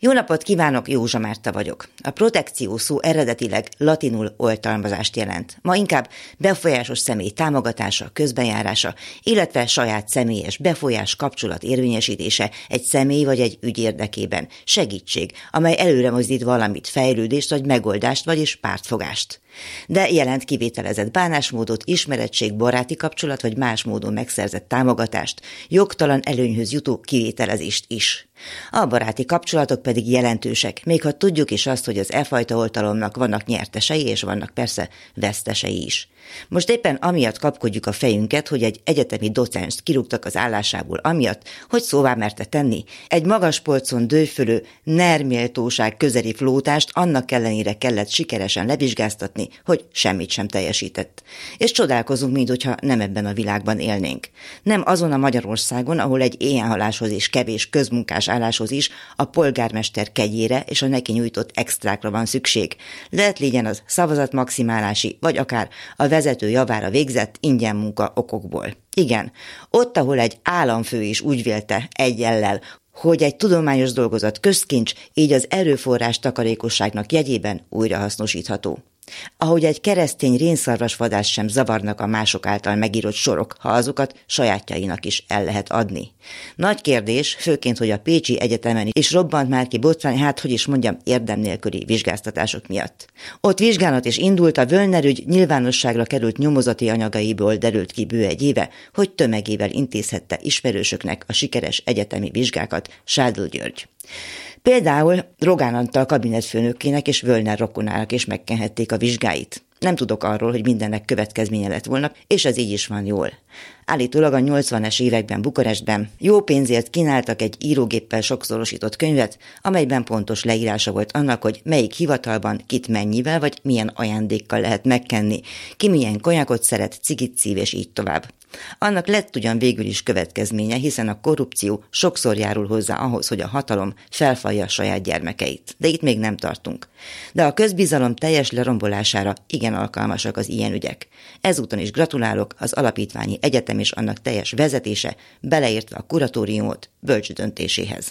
Jó napot kívánok, Józsa Márta vagyok. A protekció szó eredetileg latinul oltalmazást jelent. Ma inkább befolyásos személy támogatása, közbenjárása, illetve saját személyes befolyás kapcsolat érvényesítése egy személy vagy egy ügy érdekében. Segítség, amely előre mozdít valamit, fejlődést vagy megoldást, vagyis pártfogást. De jelent kivételezett bánásmódot, ismeretség, baráti kapcsolat vagy más módon megszerzett támogatást, jogtalan előnyhöz jutó kivételezést is. A baráti kapcsolatok pedig jelentősek, még ha tudjuk is azt, hogy az e fajta oltalomnak vannak nyertesei, és vannak persze vesztesei is. Most éppen amiatt kapkodjuk a fejünket, hogy egy egyetemi docenst kirúgtak az állásából amiatt, hogy szóvá merte tenni. Egy magas polcon dőfölő, nerméltóság közeli flótást annak ellenére kellett sikeresen levizsgáztatni, hogy semmit sem teljesített. És csodálkozunk, minthogyha nem ebben a világban élnénk. Nem azon a Magyarországon, ahol egy éhényhaláshoz és kevés közmunkás álláshoz is a polgármester kegyére és a neki nyújtott extrákra van szükség. Lehet legyen az szavazatmaximálási, vagy akár a vezető javára végzett ingyen munka okokból. Igen, ott, ahol egy államfő is úgy vélte egyellel, hogy egy tudományos dolgozat közkincs, így az erőforrás takarékosságnak jegyében újrahasznosítható. Ahogy egy keresztény rénszarvasvadász sem zavarnak a mások által megírott sorok, ha azokat sajátjainak is el lehet adni. Nagy kérdés, főként, hogy a Pécsi Egyetemen is robbant már ki botrány, érdem nélküli vizsgáztatások miatt. Ott vizsgálat is indult, a Völner ügy nyilvánosságra került nyomozati anyagaiból derült ki bő egy éve, hogy tömegével intézhette ismerősöknek a sikeres egyetemi vizsgákat Sádl György. Például Rogán Antal kabinetfőnökének és Völner rokonának is megkenhették a vizsgáit. Nem tudok arról, hogy mindennek következménye lett volna, és ez így is van jól. Állítólag a 80-es években Bukarestben jó pénzért kínáltak egy írógéppel sokszorosított könyvet, amelyben pontos leírása volt annak, hogy melyik hivatalban kit mennyivel vagy milyen ajándékkal lehet megkenni, ki milyen konyakot szeret, cigit szív és így tovább. Annak lett ugyan végül is következménye, hiszen a korrupció sokszor járul hozzá ahhoz, hogy a hatalom felfalja saját gyermekeit. De itt még nem tartunk. De a közbizalom teljes lerombolására igen alkalmasak az ilyen ügyek. Ezúton is gratulálok az alapítványi egyetem és annak teljes vezetése, beleértve a kuratóriumot bölcs döntéséhez.